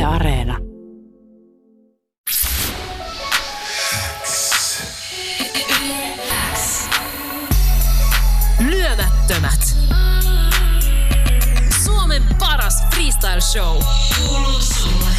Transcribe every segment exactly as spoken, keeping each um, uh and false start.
Areena. Lyömättömät. Suomen paras freestyle show. Kuuluu sulle.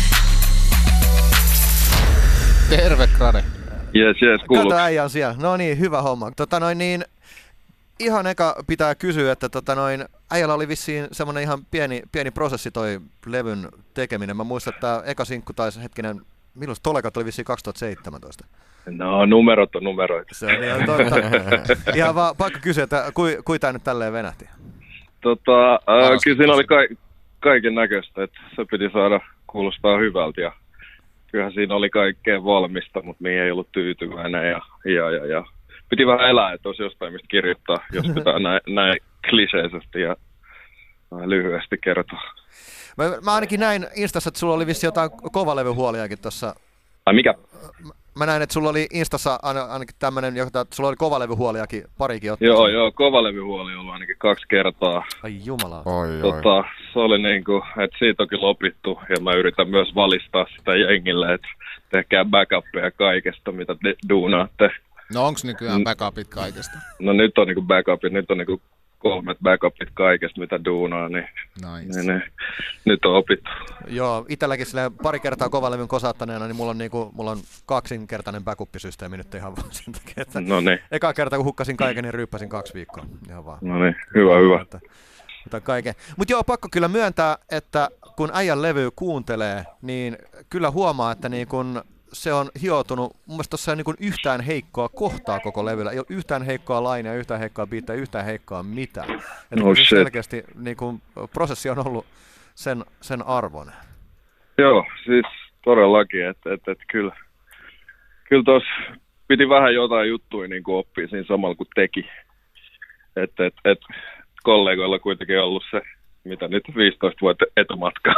Terve, Krade. Jes, jes, kuuluu. Kato, äijä on siellä. No niin, hyvä homma. Tota noin niin, ihan eka pitää kysyä, että tota noin, äijällä oli vissiin semmonen ihan pieni, pieni prosessi toi levyn tekeminen. Mä muistan, että eka sinkku taisi hetkinen, milloin Tolekat oli vissiin kaksituhattaseitsemäntoista. No, numerot on numeroita. Se on ihan totta. Ihan vaan pakko kysyä, että kui, kui tää nyt tälleen venähti? Tota, äh, kyllä siinä oli ka- kaiken näköistä, että se piti saada kuulostaa hyvältä ja kyllähän siinä oli kaikkea valmista, mutta mihin ei ollut tyytyväinen ja, ja, ja, ja. Piti vähän elää, että olisi jostain mistä kirjoittaa, jos pitää näin, näin kliseisesti ja lyhyesti kertoa. Mä, mä ainakin näin Instassa, että sulla oli vissi jotain kovalevyhuoliakin tuossa. Ai mikä? Mä näin, että sulla oli Instassa ainakin tämmönen, että sulla oli kovalevyhuoliakin parikin ottaa. Joo, joo, kovalevyhuoli on ollut ainakin kaksi kertaa. Ai jumala. Oi, tota, oi. Se oli niinku, että siitä onkin lopittu ja mä yritän myös valistaa sitä jengille, että tehkää backupia kaikesta, mitä de- duunaatte. No onks nykyään backupit kaikesta? No nyt on niinku backupit, nyt on niinku kolmet backupit kaikesta, mitä duunaa, niin, Nice. niin, niin nyt on opittu. Joo, itselläkin silleen pari kertaa kovalevyn kosattaneena, niin mulla on, niinku, mulla on kaksinkertainen backup-systeemi nyt ihan vaan sen takia, että No niin, eka kerta kun hukkasin kaiken, niin ryyppäsin kaksi viikkoa. Ihan vaan. no niin, hyvä, hyvä. Että, että kaiken. Mut joo, pakko kyllä myöntää, että kun äijän levy kuuntelee, niin kyllä huomaa, että niin kun se on hioutunut, mun mielestä tossa ei niin kun yhtään heikkoa kohtaa koko levyllä, ei ole yhtään heikkoa lainia, yhtään heikkoa biittää, yhtään heikkoa mitään. Että Oh, se shit. selkeästi niin kun prosessi on ollut sen, sen arvoinen. Joo, siis todellakin, että et, et, kyllä, kyllä tos piti vähän jotain juttuja niin kuin oppia siinä samalla kun teki. Että et, et, kollegoilla kuitenkin on ollut se, mitä nyt viisitoista vuotta etumatkaa,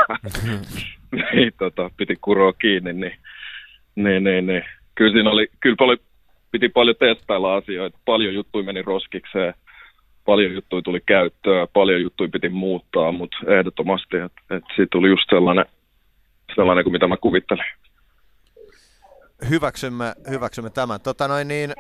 niin tota, piti kuroa kiinni, niin, niin, niin, niin. Kyllä siinä oli, kyllä paljon, piti paljon testailla asioita, paljon juttuja meni roskikseen, paljon juttuja tuli käyttöön, paljon juttuja piti muuttaa, mutta ehdottomasti, että et siitä tuli just sellainen, sellainen kuin mitä mä kuvittelin. Hyväksymme, hyväksymme tämän. Tota noin niin,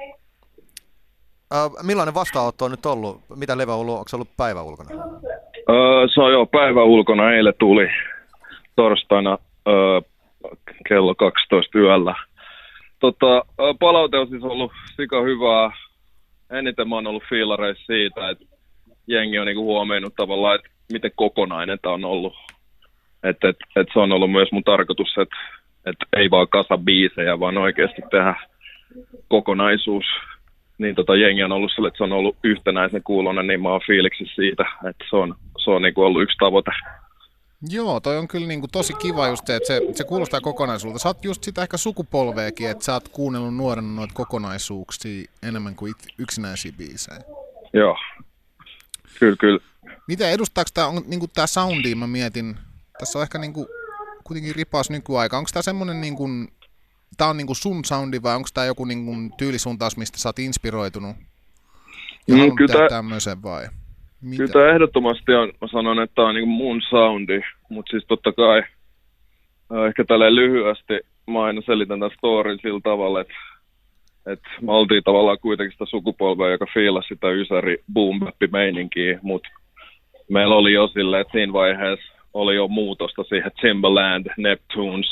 äh, millainen vastaanotto on nyt ollut? Mitä levä on ollut? Onko se ollut päivän ulkona? Öö, se on jo päivän ulkona, eilen tuli torstaina öö, kello kaksitoista yöllä. Tota, palaute on siis ollut sika hyvää. Eniten mä oon ollut fiilareissa siitä, että jengi on niinku huomioinut tavallaan, että miten kokonainen tää on ollut. Että et, et se on ollut myös mun tarkoitus, että et ei vaan kasa biisejä, vaan oikeasti tehdä kokonaisuus. Niin tota jengi on ollut sille, että se on ollut yhtenäisen kuulonen, niin mä oon fiiliksissä siitä, että se on, se on niinku ollut yksi tavoite. Joo, toi on kyllä niinku tosi kiva just se, että se, se kuulostaa kokonaisuudelta. Sä oot just sitä ehkä sukupolveekin, että sä oot kuunnellut nuorena noita kokonaisuuksia enemmän kuin it, yksinäisiä biisejä. Joo, kyllä, kyllä. Miten edustaako tää, on, niinku tää soundi, mä mietin, tässä on ehkä niinku kuitenkin ripaus nykyaika. Onko tää semmonen niinku, tää on niinku sun soundi vai onko tää joku niinku tyylisuuntaus, mistä sä oot inspiroitunut? Ja Mm, halunnut kyllä tehdä tää- tämmöisen vai? Mitä? Kyllä tämä ehdottomasti on, mä sanon, että tämä on niin mun soundi, mutta siis totta kai äh, ehkä tälleen lyhyesti mä aina selitän tämän storin sillä tavalla, että, että me oltiin tavallaan kuitenkin sitä sukupolvea, joka fiilasi sitä ysäri boom bappi meininkiä, mutta meillä oli jo silleen, että siinä vaiheessa oli jo muutosta siihen Timbaland, Neptunes,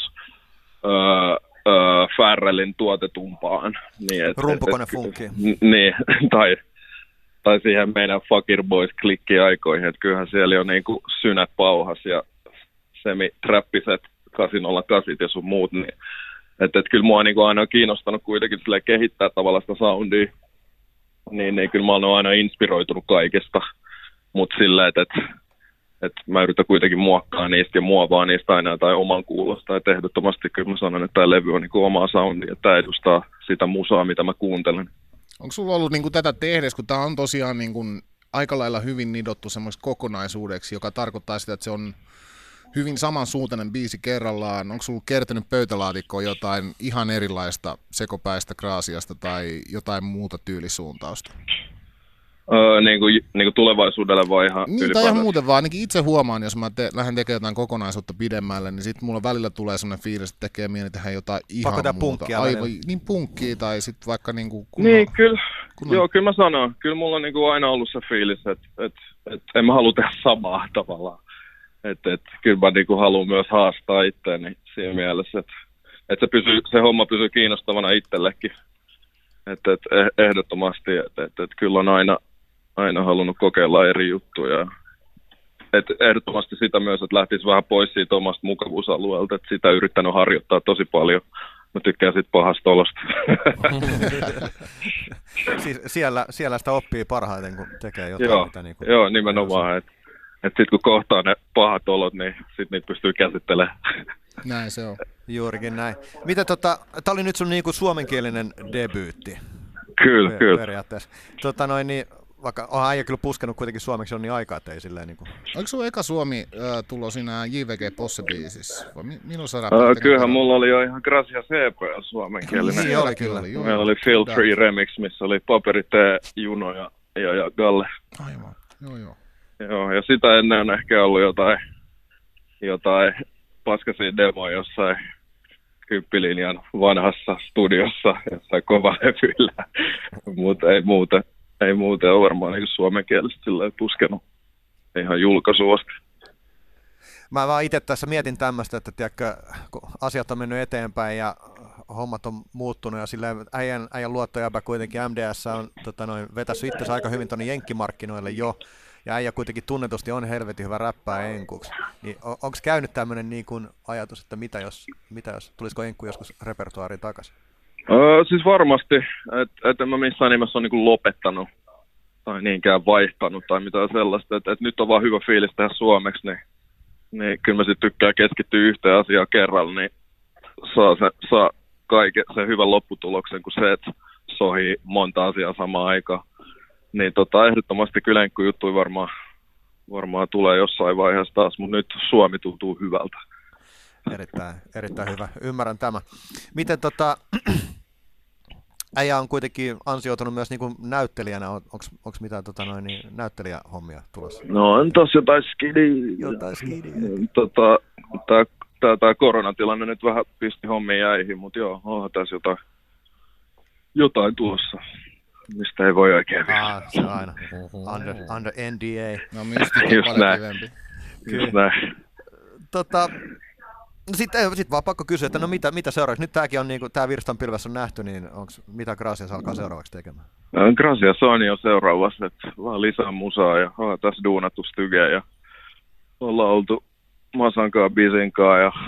öö, öö, Pharrellin tuotetumpaan. Niin, et, Rumpukone et, et, funkkiin. n- Niin, tai tai siihen meidän Fakir Boys-klikki aikoihin, että kyllähän siellä jo niinku synät pauhas ja semi-trappiset kahdeksan nolla kahdeksan ja sun muut, niin että et kyllä mua niinku aina on kiinnostanut kuitenkin kehittää tavallaan sitä soundia, niin, niin kyllä mä oon aina inspiroitunut kaikesta, mutta silleen, että et, et mä yritän kuitenkin muokkaa niistä ja muovaa niistä aina jotain oman kuulosta, että ehdottomasti kyllä mä sanon, että tämä levy on niinku omaa soundia, että tämä edustaa sitä musaa, mitä mä kuuntelen. Onko sulla ollut niin kuin tätä tehdessä, kun tämä on tosiaan niin kuin aika lailla hyvin nidottu semmoiseksi kokonaisuudeksi, joka tarkoittaa sitä, että se on hyvin samansuuntainen biisi kerrallaan. Onko sulla kertynyt pöytälaatikkoon jotain ihan erilaista sekopäistä kraasiasta tai jotain muuta tyylisuuntausta? Öö, niin, kuin, niin kuin tulevaisuudelle vai ihan niin, tai ihan muuten vaan. Ainakin itse huomaan, jos mä te, lähden tekemään jotain kokonaisuutta pidemmälle, niin sitten mulla välillä tulee sellainen fiilis, että tekee mieli tehdä jotain ihan Pakko muuta. Aivan, niin punkkia tai sitten vaikka niinku kunnon, Niin, kyllä, kunnon... joo, kyllä mä sanon. Kyllä mulla on niin kuin aina ollut se fiilis, että et, et, en mä halua tehdä samaa tavallaan. Että et, kyllä mä niin kuin haluan myös haastaa itseäni siinä mielessä, että et se, pysyy, se homma pysyy kiinnostavana itsellekin. Että et, ehdottomasti, että et, et, kyllä on aina aina halunnut kokeilla eri juttuja. Et ehdottomasti sitä myös, että lähtisi vähän pois siitä omasta mukavuusalueelta, että sitä yrittänyt harjoittaa tosi paljon. Mä tykkään siitä pahasta olosta. siis siellä, siellä sitä oppii parhaiten, kun tekee jotain. Joo, mitä niin kuin joo nimenomaan. Että et sitten kun kohtaa ne pahat olot, niin sitten niitä pystyy käsittelemään. Näin se on. Juurikin näin. Mitä tota, tää oli nyt sun niinku suomenkielinen debyytti. Kyllä, per, kyllä. Periaatteessa. Tota noin, niin vaikka on äijä kyllä puskenut kuitenkin suomeksi on niin aikaa, että ei silleen niinku... Oliko sun eka Suomi äh, tulo siinä J V G Posse-biisissä? Vai mi- milloin sä äh, Kyllähän mulla oli jo ihan Gracia C P suomenkielinen. Niin oli kyllä. Meillä oli Feel Free Remix, missä oli Paperi T, Juno ja, ja, ja Galle. Aivan, joo joo. Joo, ja sitä ennen on ehkä ollut jotain, jotain paskaisia demoja jossain kymppilinjan vanhassa studiossa, jossain kovalevyillä, mutta ei muuten. Ei muuten ole varmaan niin suomenkielistä silleen puskenut ihan julkaisuasti. Mä vaan itse tässä mietin tämmöistä, että tiedätkö, kun asiat on mennyt eteenpäin ja hommat on muuttunut ja silleen äijän, äijän luottojäbä kuitenkin M D S on tota noin, vetässyt itsensä aika hyvin tuonne jenkkimarkkinoille jo ja äijä kuitenkin tunnetusti on helvetin hyvä räppää enkuksi. Niin on, onko käynyt tämmöinen niin kuin ajatus, että mitä jos, mitä jos tulisiko enkku joskus repertuaariin takaisin? Öö, siis varmasti, että et en mä missään nimessä ole niinku lopettanut tai niinkään vaihtanut tai mitään sellaista, että et nyt on vaan hyvä fiilis tehdä suomeksi, niin, niin kyllä mä sit tykkään keskittyä yhteen asiaan kerralla, niin saa, se, saa kaiken sen hyvän lopputuloksen kuin se, että sohii monta asiaa samaan aikaan. Niin tota, ehdottomasti kyllä enkkujuttuja varmaan, varmaan tulee jossain vaiheessa taas, mutta nyt Suomi tuntuu hyvältä. Erittäin, erittäin hyvä. Ymmärrän tämä. Miten tota, äijä on kuitenkin ansioitunut myös niin kuin näyttelijänä. Onko mitään tota noin, niin näyttelijähommia tulossa? No on tossa jotain skidiä. Jotain skidiä. Tota, tämä koronatilanne nyt vähän pisti hommia jäihin, mutta joo, onhan tässä jotain, jotain tulossa, mistä ei voi oikein vielä. Ah, se on aina. Under, under N D A. No mystikin paljon kivempi. Just näin. Tota, no sitten sit vaan pakko kysyä, että no mitä, mitä seuraavaksi? Nyt tämäkin on niinku, tää virstanpilves on nähty, niin onks, mitä Gracias alkaa seuraavaksi tekemään? Gracias on jo seuraavassa, että vaan lisää musaa ja on tässä duunattu stygeä ja ollaan oltu Masankaan, Bisinkaan ja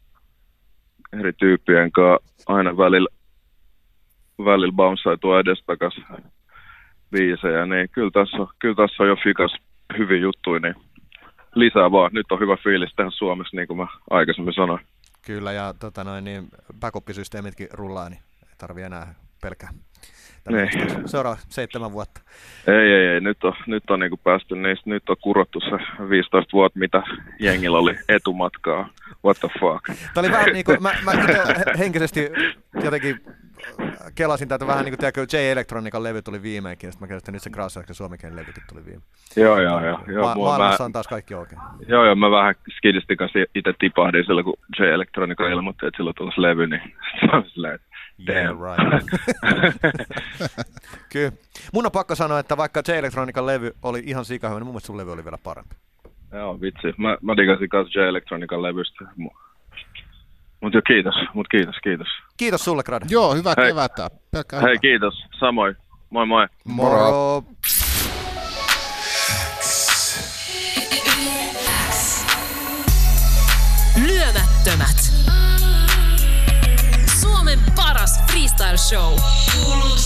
eri tyyppien kanssa aina välillä, välillä bounsaitua edestakas biisejä, niin kyllä tässä on, kyllä tässä on jo fikas hyviä juttuja, niin lisää vaan. Nyt on hyvä fiilis tehdä Suomessa, niin kuin mä aikaisemmin sanoin. Kyllä, ja tota noin, niin backup-systeemitkin rullaa, niin ei tarvitse enää pelkää. Niin. Seuraava seitsemän vuotta. Ei, ei, ei. Nyt on, nyt on niin kuin päästy niistä. Nyt on kurottu se viisitoista vuotta, mitä jengillä oli etumatkaa. What the fuck? Tämä oli vähän niin kuin, mä, mä henkisesti jotenkin kelasin tätä vähän niin kuin, tiedätkö, J Electronican levy tuli viimeinkin, ja sitten mä kelasin, että nyt se Gracias suomenkielinen levykin tuli viime. Joo, joo, joo. joo Ma- maailmassa mä, on taas kaikki oikein. Joo, joo, mä vähän skidistin kanssa itse tipahdin silloin, kun J Electronican ilmoitti, että silloin tulisi levy, niin se on silleen, että yeah, right. Kyllä. Mun on pakko sanoa, että vaikka J Electronican levy oli ihan sikahyvä, niin mun mielestä sun levy oli vielä parempi. Joo, vitsi. Mä, mä digasin kanssa J Electronican levystä. Mut jo kiitos, mut kiitos, kiitos. Kiitos sulle, Grade. Joo, hyvää Hei. kevättä. Pelkkää Hei, hyvää. kiitos. Samoin. Moi moi. Moro. Lyömättömät. Suomen paras freestyle show.